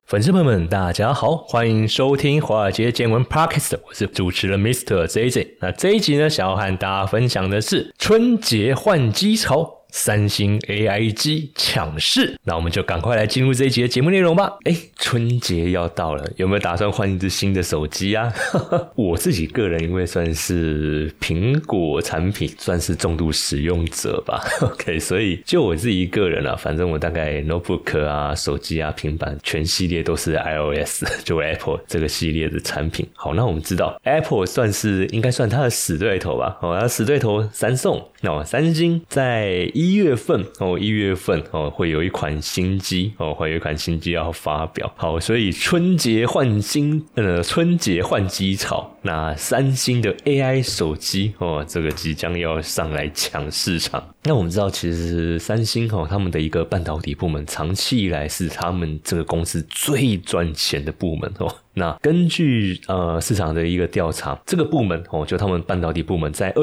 粉丝朋友们大家好，欢迎收听华尔街见闻 Podcast， 我是主持人 Mr. JJ。 那这一集呢，想要和大家分享的是春节换机潮，三星 AI 机抢市。那我们就赶快来进入这一集的节目内容吧。春节要到了，有没有打算换一只新的手机啊？我自己个人因为算是苹果产品算是重度使用者吧，OK， 所以就我自己个人啊，反正我大概 notebook 啊、手机啊、平板全系列都是 iOS， 就 Apple 这个系列的产品。好，那我们知道 Apple 应该算它的死对头吧，它的死对头三星。三星在1月份会有一款新机要发表。好，所以春节换机潮，那三星的 AI 手机这个即将要上来抢市场。那我们知道其实三星他们的一个半导体部门长期以来是他们这个公司最赚钱的部门那根据市场的一个调查，这个部门就他们半导体部门在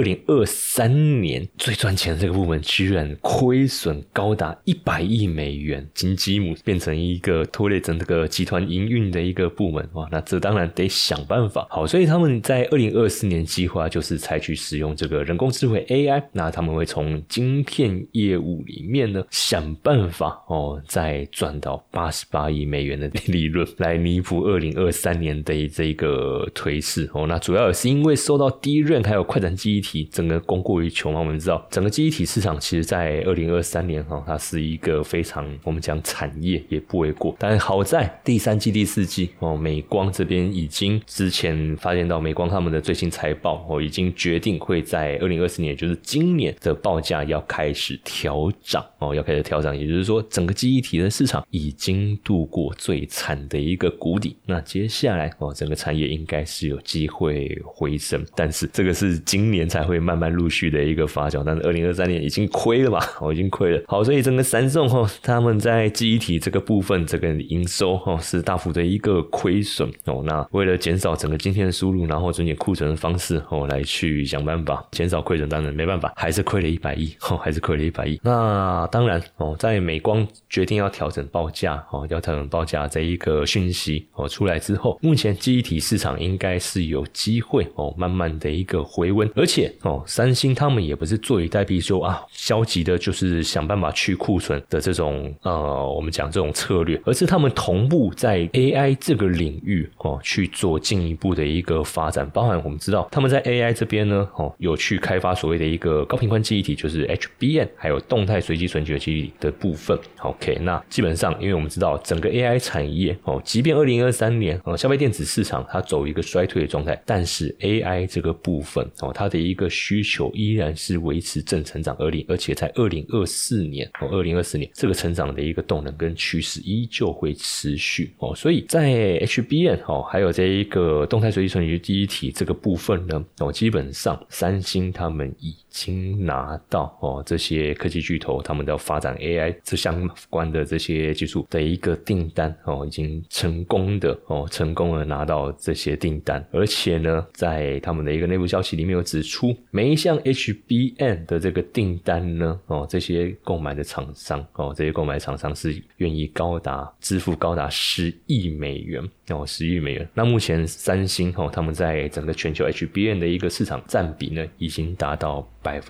2023年最赚钱的这个部门居然亏损高达100亿美元，金鸡母变成一个拖累整个集团营运的一个部门。哇，那这当然得想办法。好，所以他们在2024年计划就是采取使用这个人工智慧 AI， 那他们会从晶片业务里面呢想办法再赚到88亿美元的利润，来弥补2023年的这个颓势那主要也是因为受到DRAM还有快闪记忆体整个供过于求嘛。我们知道整个记忆体市场其实在2023年它是一个非常我们讲产业也不为过，但好在第3季第4季美光这边已经之前发现到美光他们的最新财报已经决定会在2024年就是今年的报价要开始调涨也就是说整个记忆体的市场已经度过最惨的一个谷底，那接下来整个产业应该是有机会回升，但是这个是今年才会慢慢陆续的一个发酵，但是2023年已经亏了嘛，已经亏了。好，所以整个三星他们在记忆体这个部分这个营收是大幅的一个亏损那为了减少整个晶片的输入，然后增减库存的方式来去想办法减少亏损，当然没办法，还是亏了100亿那当然在美光决定要调整报价这一个讯息出来之后，目前记忆体市场应该是有机会慢慢的一个回温，而且三星他们也不是坐以待毙说消极的就是想办法去库存的这种我们讲这种策略，而是他们同步在 AI 这个领域去做进一步的一个发展，包含我们知道他们在 AI 这边呢有去开发所谓的一个高频宽记忆体，就是 HBM 还有动态随机存取的记忆体的部分。 OK， 那基本上因为我们知道整个 AI 产业即便2023年消费电子市场它走一个衰退的状态，但是 AI 这个部分它的一个需求依然是维持正成长，而且在2024年这个成长的一个动能跟趋势依旧会持续所以在 HBM 还有这一个动态随机存取记忆体这个部分呢基本上三星他们已经拿到这些科技巨头他们要发展 AI 这相关的这些技术的一个订单已经成功的拿到这些订单，而且呢在他们的一个内部消息里面有指出，每一项 HBM 的这个订单呢这些购买厂商是愿意支付高达10亿美元10亿美元。那目前三星他们在整个全球 HBM 的一个市场占比呢已经达到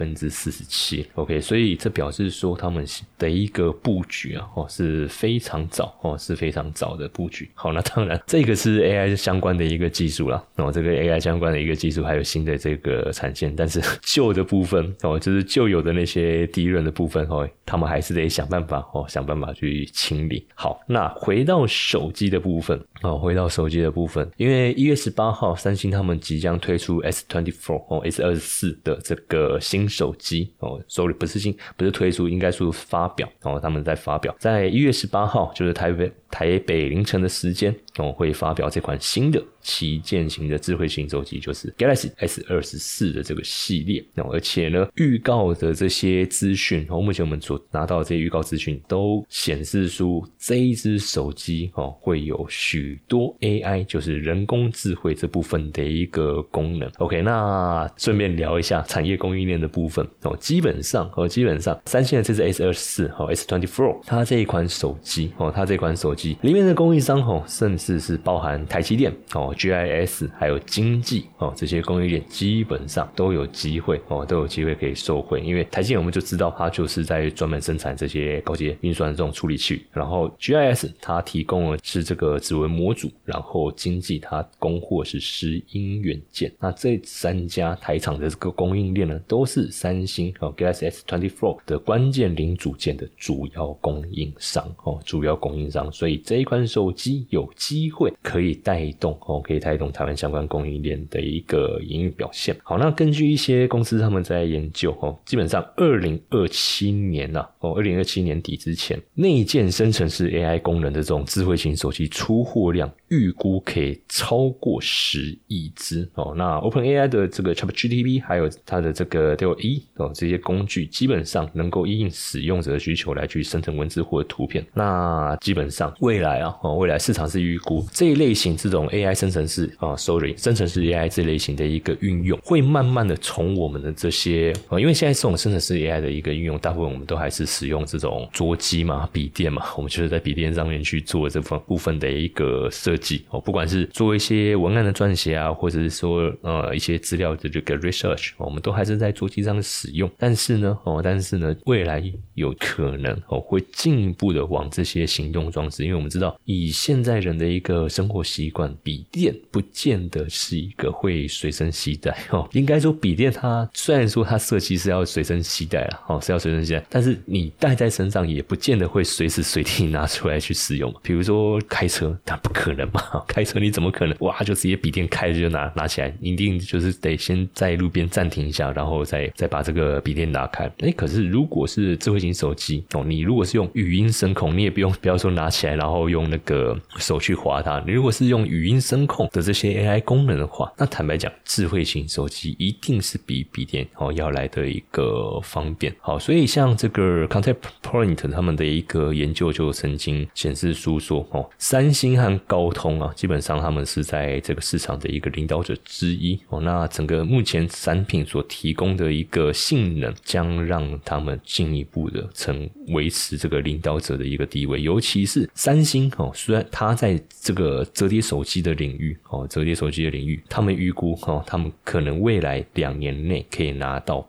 47%。 OK， 所以这表示说他们的一个布局是非常早的布局。好，那当然这个是 AI 相关的一个技术啦这个 AI 相关的一个技术还有新的这个产线，但是旧的部分就是旧有的那些DRAM的部分他们还是得想办法去清理。好，那回到手机的部分，因为1月18号三星他们即将推出 S24 的这个新手机sorry 不是推出，应该是发表他们在发表，在1月18号就是台北凌晨的时间会发表这款新的旗舰型的智慧型手机，就是 Galaxy S24 的这个系列。而且呢，预告的这些资讯，目前我们所拿到的这些预告资讯都显示出这一只手机会有许多 AI， 就是人工智慧这部分的一个功能。 OK， 那顺便聊一下产业供应链的部分。基本上三星的这只 S24 S24 它这一款手机里面的供应商甚至是包含台积电GIS 还有经济这些供应链基本上都有机会可以受惠。因为台积电我们就知道它就是在专门生产这些高阶运算的这种处理器，然后 GIS 它提供的是这个指纹模组，然后经济它供货是石英元件。那这三家台厂的这个供应链呢，都是三星Galaxy S24 的关键零组件的主要供应商。所以这一款手机有机会可以带动台湾相关供应链的一个营运表现。好，那根据一些公司他们在研究基本上2027年底之前，内建生成式 AI 功能的这种智慧型手机出货量预估可以超过10亿只。那 OpenAI 的这个 ChatGPT 还有它的这个 DALL-E 这些工具基本上能够因应使用者的需求来去生成文字或者图片。那基本上未来市场是预估这一类型这种 AI 生成式AI 这类型的一个运用会慢慢的从我们的这些因为现在这种生成式 AI 的一个运用大部分我们都还是使用这种桌机嘛笔电嘛，我们就是在笔电上面去做这部分的一个设计不管是做一些文案的撰写啊，或者是说一些资料的这个 research 我们都还是在桌机上使用。但是呢未来有可能会进一步的往这些行动装置，因为我们知道以现在人的一个生活习惯，笔电不见得是一个会随身携带应该说笔电它虽然说它设计是要随身携带啦是要随身携带，但是你带在身上也不见得会随时随地拿出来去使用。比如说开车，它不可能嘛，开车你怎么可能哇就直接笔电开着就拿起来，你一定就是得先在路边暂停一下，然后再把这个笔电打开。可是如果是智慧型手机你如果是用语音声控，你也不要说拿起来然后用那个手去滑它，你如果是用语音声控的这些 AI 功能的话，那坦白讲智慧型手机一定是比笔电要来的一个方便。好，所以像这个 Contact Point 他们的一个研究就曾经显示出说三星和高通基本上他们是在这个市场的一个领导者之一那整个目前产品所提供的一个性能将让他们进一步的维持这个领导者的一个地位。尤其是三星虽然它在这个折叠手机的领域他们预估他们可能未来2年内可以拿到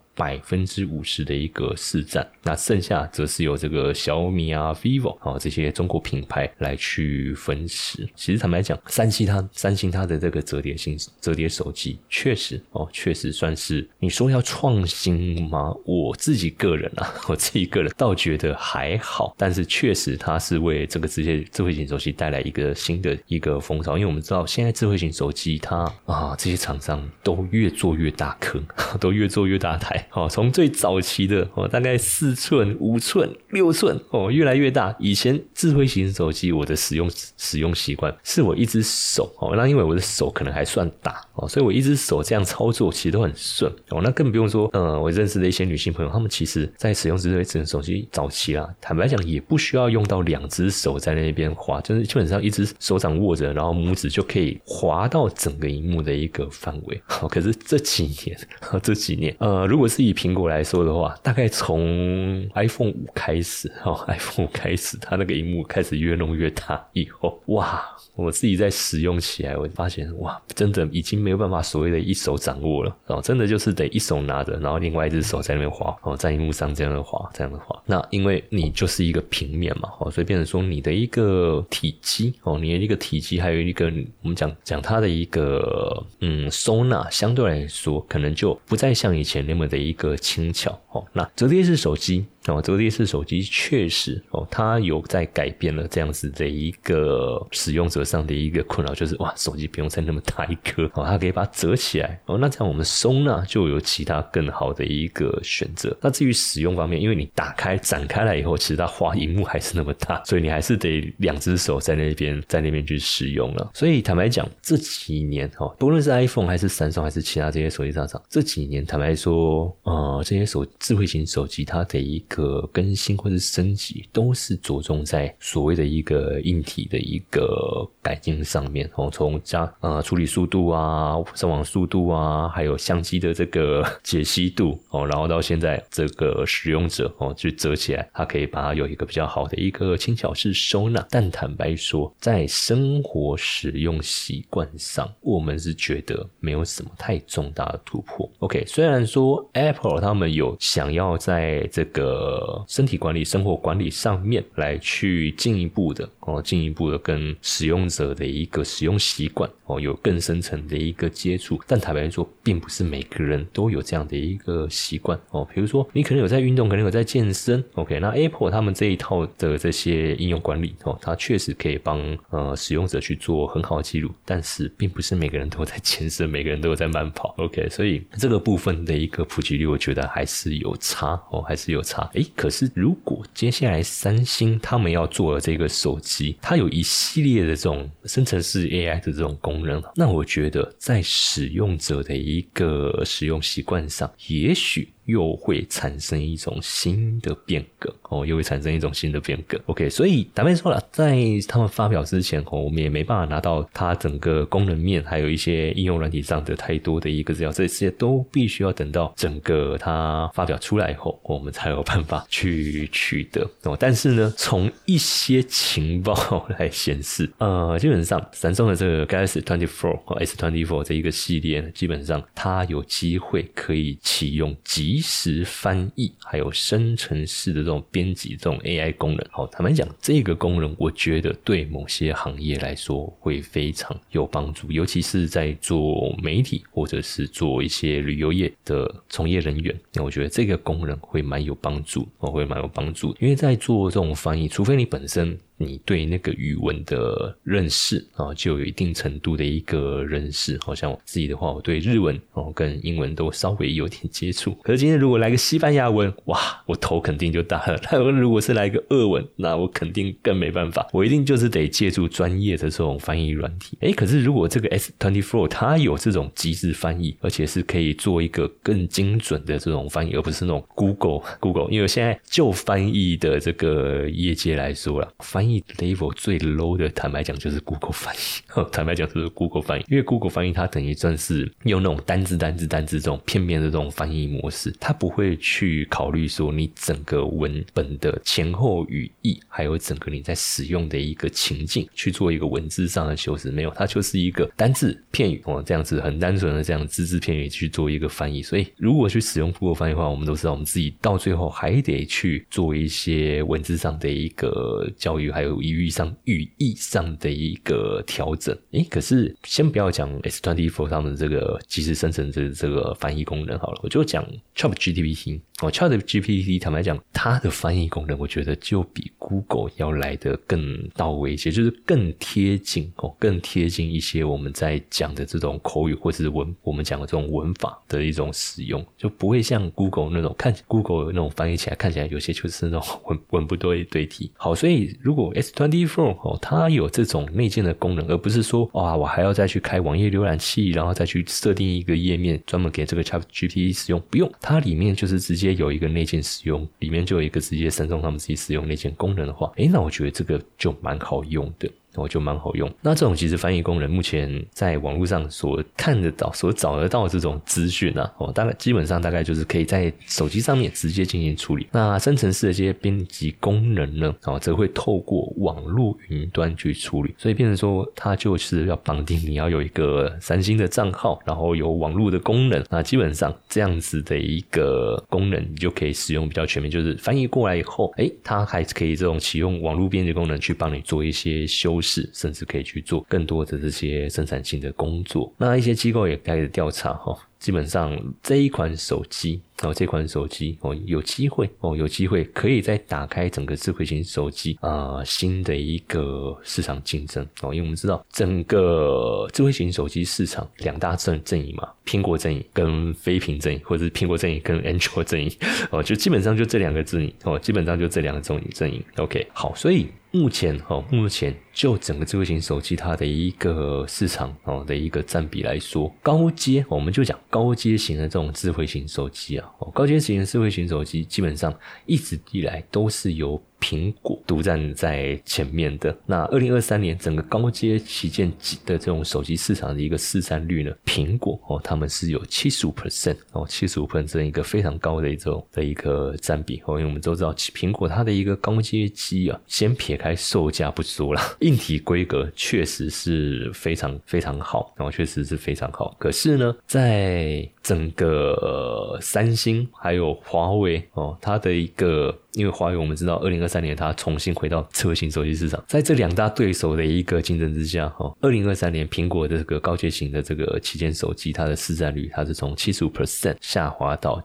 50%的一个市占，那剩下则是由这个小米啊 vivo 这些中国品牌来去分食。其实坦白讲三星它的这个折叠手机确实算是你说要创新吗？我自己个人倒觉得还好，但是确实它是为这个智慧型手机带来一个新的一个风潮。因为我们知道现在智慧型手机它这些厂商都越做越大颗，都越做越大台从最早期的大概4寸、5寸、6寸越来越大。以前智慧型手机我的使用习惯是我一只手那因为我的手可能还算大所以我一只手这样操作其实都很顺那更不用说我认识的一些女性朋友，她们其实在使用智慧型手机早期啦，坦白讲也不需要用到2只手在那边滑，就是基本上一只手掌握着，然后拇指就可以滑到整个荧幕的一个范围可是这几年如果是以苹果来说的话，大概从 iPhone 5开始iPhone 5开始它那个荧幕开始越弄越大以后，哇我自己在使用起来我发现哇真的已经没有办法所谓的一手掌握了真的就是得一手拿着，然后另外一只手在那边滑在荧幕上这样的滑。那因为你就是一个平面嘛所以变成说你的一个体积还有一个我们讲它的一个收纳相对来说可能就不再像以前那么的一个轻巧那折叠式手机这个类似手机确实它有在改变了这样子的一个使用者上的一个困扰，就是哇，手机不用再那么大一颗它可以把它折起来那这样我们收纳就有其他更好的一个选择。那至于使用方面，因为你打开展开来以后，其实它荧幕还是那么大，所以你还是得2只手在那边去使用了。所以坦白讲，这几年不论是 iPhone 还是Samsung还是其他这些手机厂商，这几年坦白说这些智慧型手机它的一个更新或是升级都是着重在所谓的一个硬体的一个改进上面从处理速度啊、上网速度啊，还有相机的这个解析度然后到现在这个使用者去折起来，它可以把它有一个比较好的一个轻巧式收纳。但坦白说，在生活使用习惯上，我们是觉得没有什么太重大的突破。 OK， 虽然说 Apple 他们有想要在这个身体管理、生活管理上面来去进一步的跟使用者的一个使用习惯有更深层的一个接触，但坦白说并不是每个人都有这样的一个习惯比如说你可能有在运动，可能有在健身 OK， 那 Apple 他们这一套的这些应用管理它确实可以帮使用者去做很好的记录，但是并不是每个人都在健身，每个人都有在慢跑 OK， 所以这个部分的一个普及率我觉得还是有差还是有差。可是如果接下来三星他们要做的这个手机，它有一系列的这种生成式 AI 的这种功能，那我觉得在使用者的一个使用习惯上，也许又会产生一种新的变革OK， 所以坦白说了，在他们发表之前我们也没办法拿到它整个功能面还有一些应用软体上的太多的一个资料，这些都必须要等到整个它发表出来后我们才有办法去取得但是呢，从一些情报来显示基本上Samsung的这个 Galaxy 24 S24 这一个系列呢，基本上它有机会可以启用即时翻译还有生成式的这种编辑这种 AI 功能坦白讲，这个功能我觉得对某些行业来说会非常有帮助，尤其是在做媒体或者是做一些旅游业的从业人员，我觉得这个功能会蛮有帮助因为在做这种翻译，除非你本身你对那个语文的认识就有一定程度的一个认识像我自己的话，我对日文跟英文都稍微有点接触，可是今天如果来个西班牙文，哇，我头肯定就大了。那如果是来个俄文，那我肯定更没办法，我一定就是得借助专业的这种翻译软体。可是如果这个 S24 它有这种即时翻译，而且是可以做一个更精准的这种翻译，而不是那种 Google， 因为现在就翻译的这个业界来说啦，翻译 level 最 low 的坦白讲就是 Google 翻译因为 Google 翻译它等于算是用那种单字这种片面的这种翻译模式，它不会去考虑说你整个文本的前后语义还有整个你在使用的一个情境去做一个文字上的修饰，没有，它就是一个单字片语这样子很单纯的这样字片语去做一个翻译。所以如果去使用 Google 翻译的话，我们都知道我们自己到最后还得去做一些文字上的一个教育还有语义上的一个调整。可是先不要讲 S24 他们这个即时生成这个翻译功能好了，我就讲 ChatGPT ChatGPT 坦白讲，它的翻译功能我觉得就比 Google 要来得更到位一些，就是更贴近一些我们在讲的这种口语或是我们讲的这种文法的一种使用，就不会像 Google 那种Google 那种翻译起来看起来有些就是那种文不对题。好，所以如果 S24 它有这种内建的功能，而不是说我还要再去开网页浏览器，然后再去设定一个页面专门给这个 ChatGPT 使用，不用，它里面就是直接有一个内建使用，里面就有一个直接Samsung他们自己使用内建功能的话，那我觉得这个就蛮好用的。就蛮好用。那这种即时翻译功能目前在网络上所看得到所找得到这种资讯基本上大概就是可以在手机上面直接进行处理。那生成式的这些编辑功能呢则会透过网络云端去处理，所以变成说它就是要绑定你要有一个三星的账号，然后有网络的功能，那基本上这样子的一个功能你就可以使用比较全面，就是翻译过来以后它还可以这种启用网络编辑功能去帮你做一些修饰，甚至可以去做更多的这些生产性的工作。那一些机构也开始调查基本上这一款手机有机会可以再打开整个智慧型手机新的一个市场竞争因为我们知道整个智慧型手机市场两大阵营嘛，苹果阵营跟非苹阵营，或者是苹果阵营跟 Android 阵营就基本上就这两个阵营阵营 OK 好，所以目前就整个智慧型手机它的一个市场的一个占比来说，高阶我们就讲高阶型的这种智慧型手机高阶型的智慧型手机基本上一直以来都是由苹果独占在前面的。那2023年整个高阶旗舰级的这种手机市场的一个市占率呢，苹果他们是有 75% 75% 一个非常高的一个占比因为我们都知道苹果它的一个高阶机先撇开售价不说啦，硬体规格确实是非常非常好确实是非常好。可是呢在整个三星还有华为它的一个，因为华为我们知道2023年它重新回到智慧型手机市场，在这两大对手的一个竞争之下2023年苹果的这个高阶型的这个旗舰手机它的市占率它是从 75% 下滑到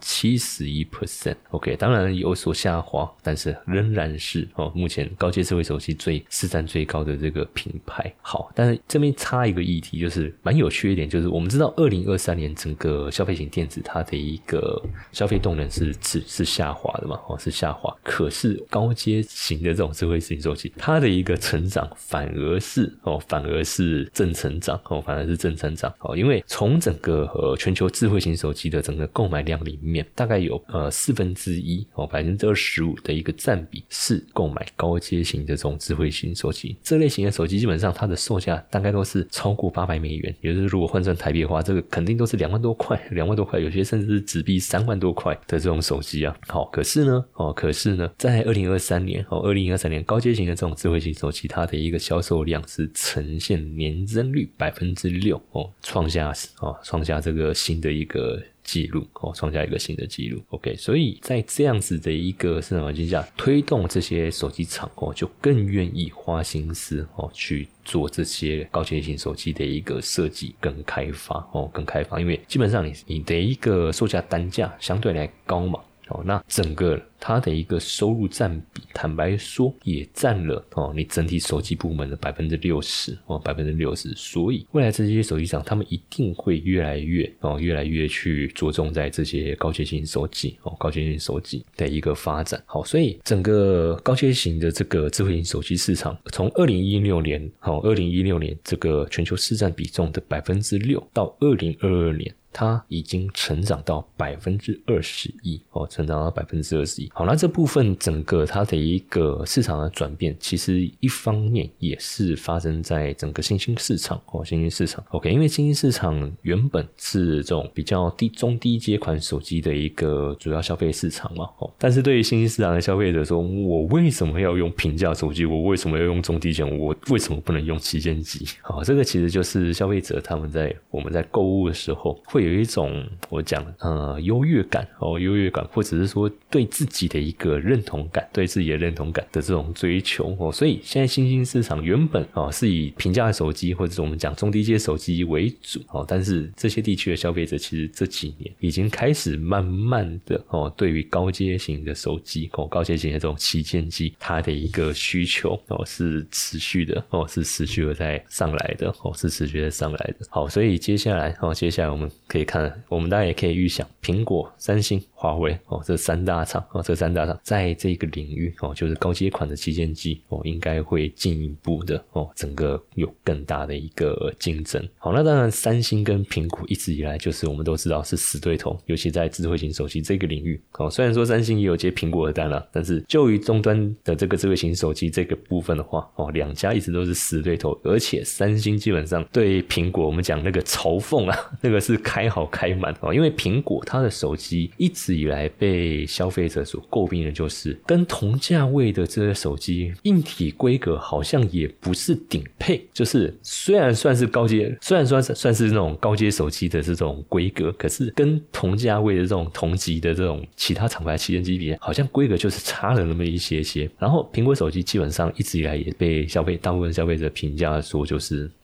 71% OK 当然有所下滑，但是仍然是目前高阶智慧手机市占最高的这个品牌。好，但是这边插一个议题，就是蛮有趣一点，就是我们知道2023年整个消费型电子它的一个消费动能是下滑的嘛是下滑，可是高阶型的这种智慧型手机它的一个成长反而是正成长因为从整个全球智慧型手机的整个购买量里面，大概有1/4 25% 的一个占比是购买高阶型的这种智慧型手机。这类型的手机基本上它的售价大概都是超过$800，也就是如果换算台币的话，这个肯定都是2万多块，有些甚至是纸币3万多块的这种手机好，可是呢在2023年高阶型的这种智慧型手机它的一个销售量是呈现年增率 6% 创下这个新的一个记录创下一个新的记录 OK 所以在这样子的一个市场环境下，推动这些手机厂就更愿意花心思去做这些高阶型手机的一个设计跟开发因为基本上你的一个售价单价相对来高嘛那整个它的一个收入占比，坦白说也占了你整体手机部门的 60% 所以未来这些手机厂他们一定会越来越去着重在这些高阶型手机的一个发展。好，所以整个高阶型的这个智慧型手机市场从2016年这个全球市占比重的 6% 到2022年它已经成长到 21% 成长到 21%。好，那这部分整个它的一个市场的转变，其实一方面也是发生在整个新兴市场OK 因为新兴市场原本是这种比较中低阶款手机的一个主要消费市场嘛但是对于新兴市场的消费者说，我为什么要用平价手机，我为什么要用中低阶，我为什么不能用旗舰机好，这个其实就是消费者我们在购物的时候会有一种我讲优越感或者是说对自己的一个认同感的这种追求所以现在新兴市场原本是以平价的手机或者是我们讲中低阶手机为主但是这些地区的消费者其实这几年已经开始慢慢的对于高阶型的手机高阶型的这种旗舰机它的一个需求是持续的在上来的好，所以接下来我们可以看，我们当然也可以预想苹果、三星、华为这三大厂在这个领域就是高阶款的旗舰机应该会进一步的整个有更大的一个竞争。好，那当然三星跟苹果一直以来就是我们都知道是死对头，尤其在智慧型手机这个领域虽然说三星也有接苹果的单啦，但是就于终端的这个智慧型手机这个部分的话两家一直都是死对头，而且三星基本上对苹果我们讲那个嘲讽那个是开好开满因为苹果它的手机一直以来被消费者所诟病的就是跟同价位的这些手机硬体规格好像也不是顶配，就是虽然算是高阶，虽然算是那种高阶手机的这种规格，可是跟同价位的这种同级的这种其他厂牌旗舰机比，好像规格就是差了那么一些。然后苹果手机基本上一直以来也被大部分消费者评价说就是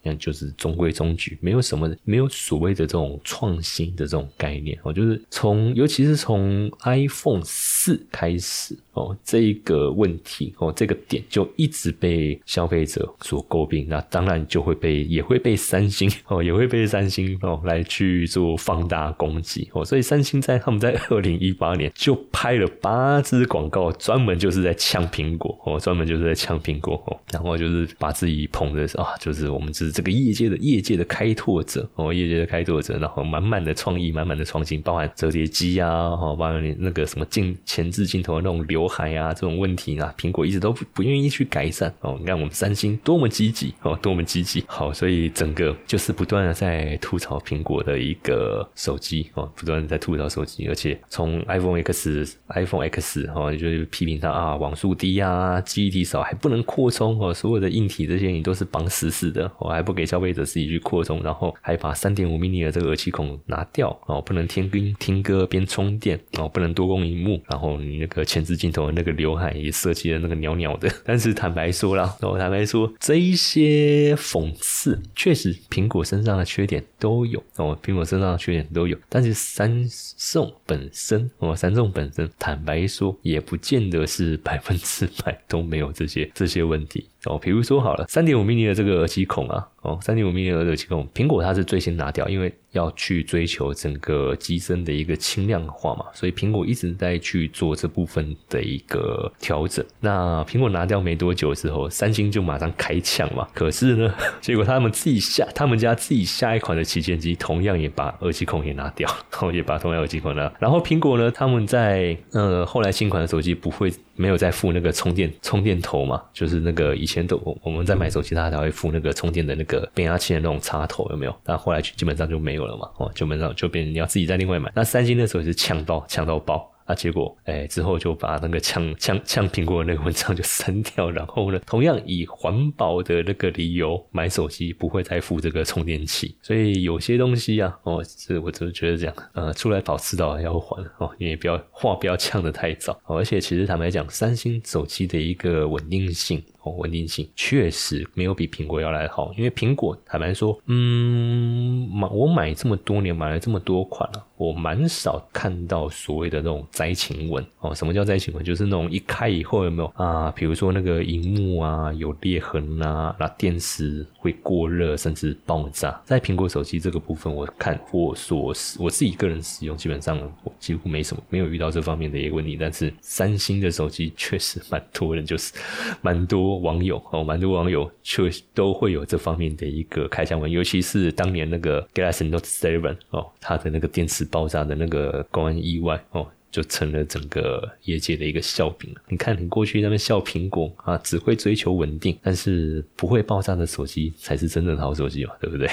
就是中规中矩，没有所谓的这种创新的这种概念就是尤其是从 iPhone 4开始这一个问题这个点就一直被消费者所诟病，那当然也会被三星来去做放大攻击所以三星他们在2018年就拍了8支广告，专门就是在呛苹果然后就是把自己捧的就是我们是这个业界的开拓者然后满满的创意，满满的创新，包含折叠机包含那个什么前置镜头的那种刘海这种问题苹果一直都不愿意去改善你看我们三星多么积极好，所以整个就是不断的在吐槽苹果的一个手机不断的在吐槽手机，而且从 iPhone X 就是批评它网速低记忆体少，还不能扩充所有的硬体这些你都是绑死的还不给消费者自己去扩充，然后还把 3.5mm 的这个耳机孔拿掉不能听歌边充电不能多功萤幕，然后你那个前置镜头的那个刘海也设计了那个鸟鸟的。但是坦白说这一些讽刺确实苹果身上的缺点都有但是三众本身坦白说也不见得是100%都没有这些问题比如说好了 3.5mm 的这个耳机孔3.5mm 的耳机孔苹果它是最先拿掉，因为要去追求整个机身的一个轻量化嘛，所以苹果一直在去做这部分的一个调整。那苹果拿掉没多久之后，三星就马上开呛嘛，可是呢结果他们家自己下一款的旗舰机同样也把耳机孔也拿掉，然后苹果呢他们在后来新款的手机没有再附那个充电头嘛，就是那个以前我们在买手机它才会附那个充电的那个变压器的那种插头有没有，但后来基本上就没有了嘛基本上就变成你要自己再另外买。那三星那时候也是呛到爆结果之后就把那个呛苹果的那个文章就删掉，然后呢同样以环保的那个理由买手机不会再附这个充电器。所以有些东西我就觉得这样出来跑迟早要还你也不要呛得太早而且其实坦白讲三星手机的一个稳定性确实没有比苹果要来好，因为苹果坦白说我买这么多年买了这么多款我蛮少看到所谓的那种灾情文什么叫灾情文？就是那种一开以后有没有比如说那个萤幕有裂痕那电池会过热甚至爆炸。在苹果手机这个部分我自己个人使用基本上我几乎没有遇到这方面的一个问题，但是三星的手机确实蛮多网友确实都会有这方面的一个开箱文，尤其是当年那个 Galaxy Note 7它的那个电池爆炸的那个公安意外就成了整个业界的一个笑柄了。你看你过去那边笑苹果只会追求稳定，但是不会爆炸的手机才是真正的好手机嘛，对不对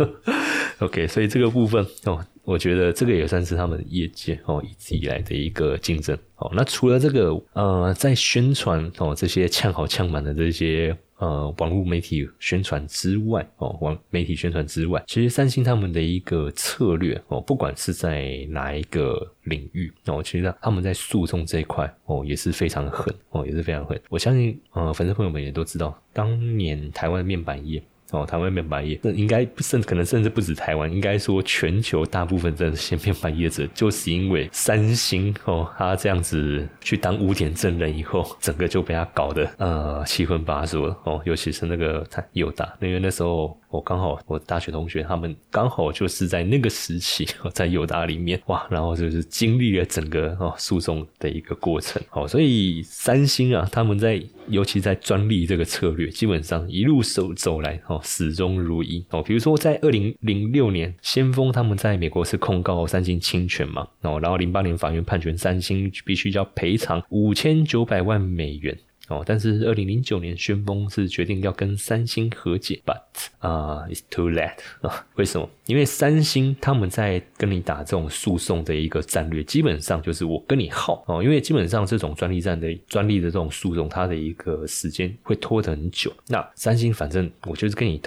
OK， 所以这个部分我觉得这个也算是他们业界一直以来的一个竞争那除了这个在宣传这些呛好呛满的这些网络媒体宣传之外其实三星他们的一个策略不管是在哪一个领域其实他们在诉讼这一块也是非常狠我相信粉丝朋友们也都知道，当年台湾面板业台湾面板业应该可能甚至不止台湾，应该说全球大部分这些面板业者就是因为三星他这样子去当污点证人以后，整个就被他搞得七荤八素了尤其是那个友达，因为那时候我大学同学他们刚好就是在那个时期在友达里面然后就是经历了整个诉讼的一个过程所以三星他们尤其在专利这个策略基本上一路走来始终如一比如说在2006年先锋他们在美国是控告三星侵权嘛然后08年法院判决三星必须要赔偿$5900万但是2009年宣锋是决定要跟三星和解 but it's too late 为什么？因为三星他们在跟你打这种诉讼的一个战略基本上就是我跟你耗因为基本上这种专利的这种诉讼它的一个时间会拖得很久，那三星反正我就是跟你套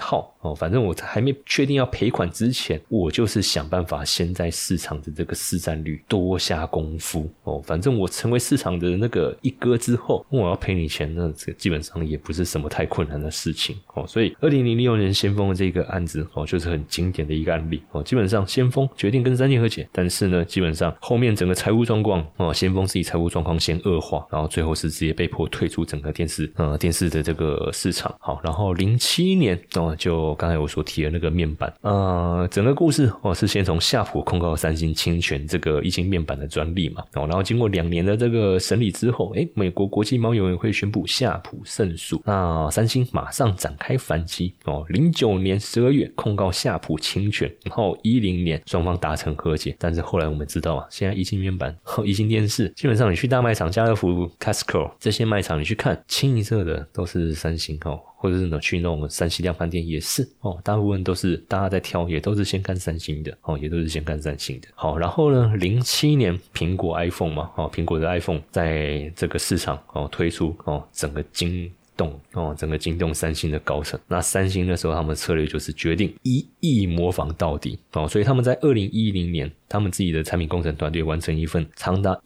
反正我还没确定要赔款之前，我就是想办法先在市场的这个市占率多下功夫反正我成为市场的那个一哥之后，我要赔你钱，那这基本上也不是什么太困难的事情所以2006年先锋的这个案子就是很经典的一个案例基本上先锋决定跟三星和解，但是呢基本上后面整个财务状况先锋自己财务状况先恶化，然后最后是直接被迫退出整个电视的这个市场。好，然后07年就刚才我所提的那个面板整个故事是先从夏普控告三星侵权这个液晶面板的专利嘛然后经过2年的这个审理之后美国国际贸易委员会宣布夏普胜诉，那三星马上展开反击09年12月控告夏普侵权，然后10年双方达成和解。但是后来我们知道现在液晶面板液晶电视基本上你去大卖场家乐福 Costco 这些卖场你去看清一色的都是三星或者是去那种三星量贩店也是大部分都是大家在挑，也都是先看三星的也都是先看三星的。好，然后呢07年苹果 iPhone 嘛苹果的 iPhone 在这个市场推出整个整个惊动三星的高层。那三星那时候他们的策略就是决定一意模仿到底所以他们在2010年他们自己的产品工程团队完成一份长达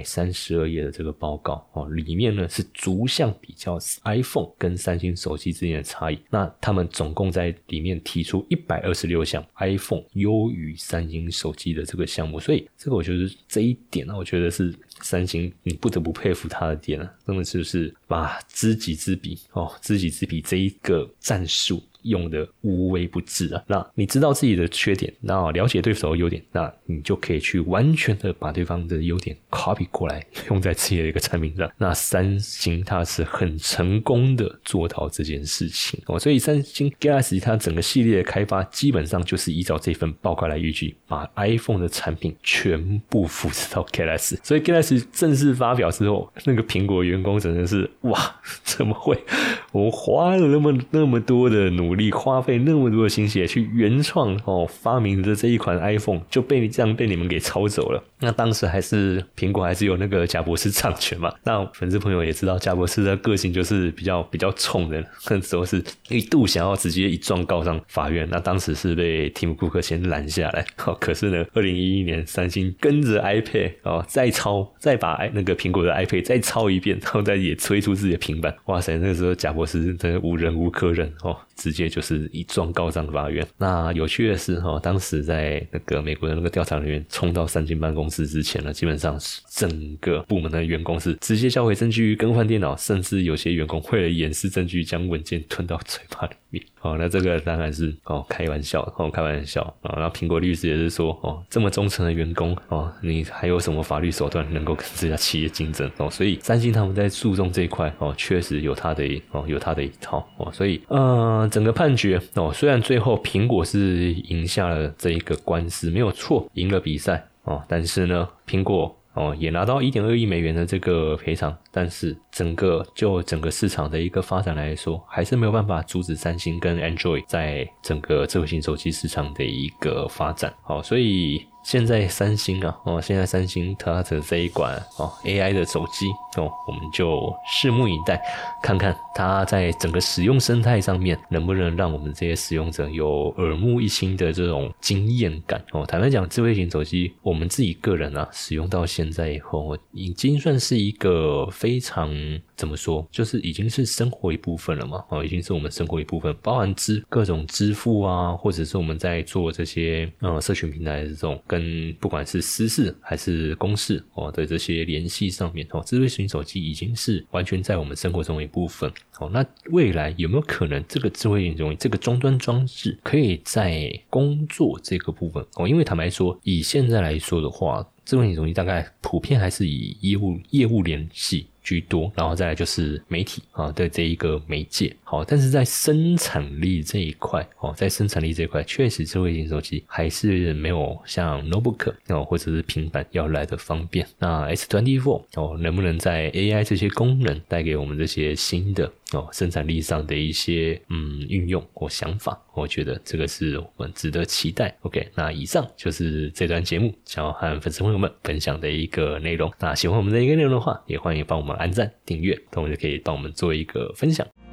132页的这个报告里面呢是逐项比较 iPhone 跟三星手机之间的差异。那他们总共在里面提出126项 iPhone 优于三星手机的这个项目，所以这个我觉得这一点我觉得是三星你不得不佩服他的点真的就是把知己知彼这一个战术用的无微不至那你知道自己的缺点，那了解对手的优点，那你就可以去完全的把对方的优点 copy 过来用在自己的一个产品上。那三星它是很成功的做到这件事情所以三星 Galaxy 它整个系列的开发基本上就是依照这份报告来预计，把 iPhone 的产品全部复制到 Galaxy。 所以 Galaxy 正式发表之后，那个苹果员工真的是哇，怎么会我花了那么多的努力，花费那么多的心血去原创发明的这一款 iPhone 就这样被你们给抄走了。那当时苹果还是有那个贾伯斯掌权嘛，那粉丝朋友也知道贾伯斯的个性就是比较冲的，那时候是一度想要直接一状告上法院，那当时是被提姆库克先拦下来可是呢2011年三星跟着 iPad 再把那个苹果的 iPad 再抄一遍，然后再也推出自己的平板。哇塞，那个时候贾伯斯真的无人无可忍直接就是一状告上法院。那有趣的是当时在那个美国的那个调查人员冲到三星办公室之前呢，基本上整个部门的员工是直接销毁证据更换电脑，甚至有些员工为了掩饰证据将文件吞到嘴巴里面那这个当然是开玩笑然后苹果律师也是说这么忠诚的员工你还有什么法律手段能够跟这家企业竞争所以三星他们在诉讼这一块确实有他的一套所以整个判决虽然最后苹果是赢下了这一个官司没有错，赢了比赛但是呢苹果也拿到 1.2 亿美元的这个赔偿，但是整个市场的一个发展来说，还是没有办法阻止三星跟 Android 在整个智慧型手机市场的一个发展所以现在三星它的这一款AI 的手机我们就拭目以待，看看它在整个使用生态上面能不能让我们这些使用者有耳目一新的这种经验感坦白讲，智慧型手机我们自己个人使用到现在以后，已经算是一个非常怎么说，就是已经是生活一部分了嘛已经是我们生活一部分，包含各种支付或者是我们在做这些社群平台的这种跟不管是私事还是公事的这些联系上面智慧型手机已经是完全在我们生活中的一部分那未来有没有可能这个智慧型手机这个终端装置可以在工作这个部分因为坦白说以现在来说的话，智慧型手机大概普遍还是以业务联系居多，然后再来就是媒体的这一个媒介但是在生产力这一块确实智慧型手机还是没有像 notebook 或者是平板要来的方便。那 S24 能不能在 AI 这些功能带给我们这些新的生产力上的一些运用或想法，我觉得这个是我们值得期待。 OK， 那以上就是这段节目想要和粉丝朋友们分享的一个内容。那喜欢我们的一个内容的话，也欢迎帮我们按赞订阅，同时可以帮我们做一个分享。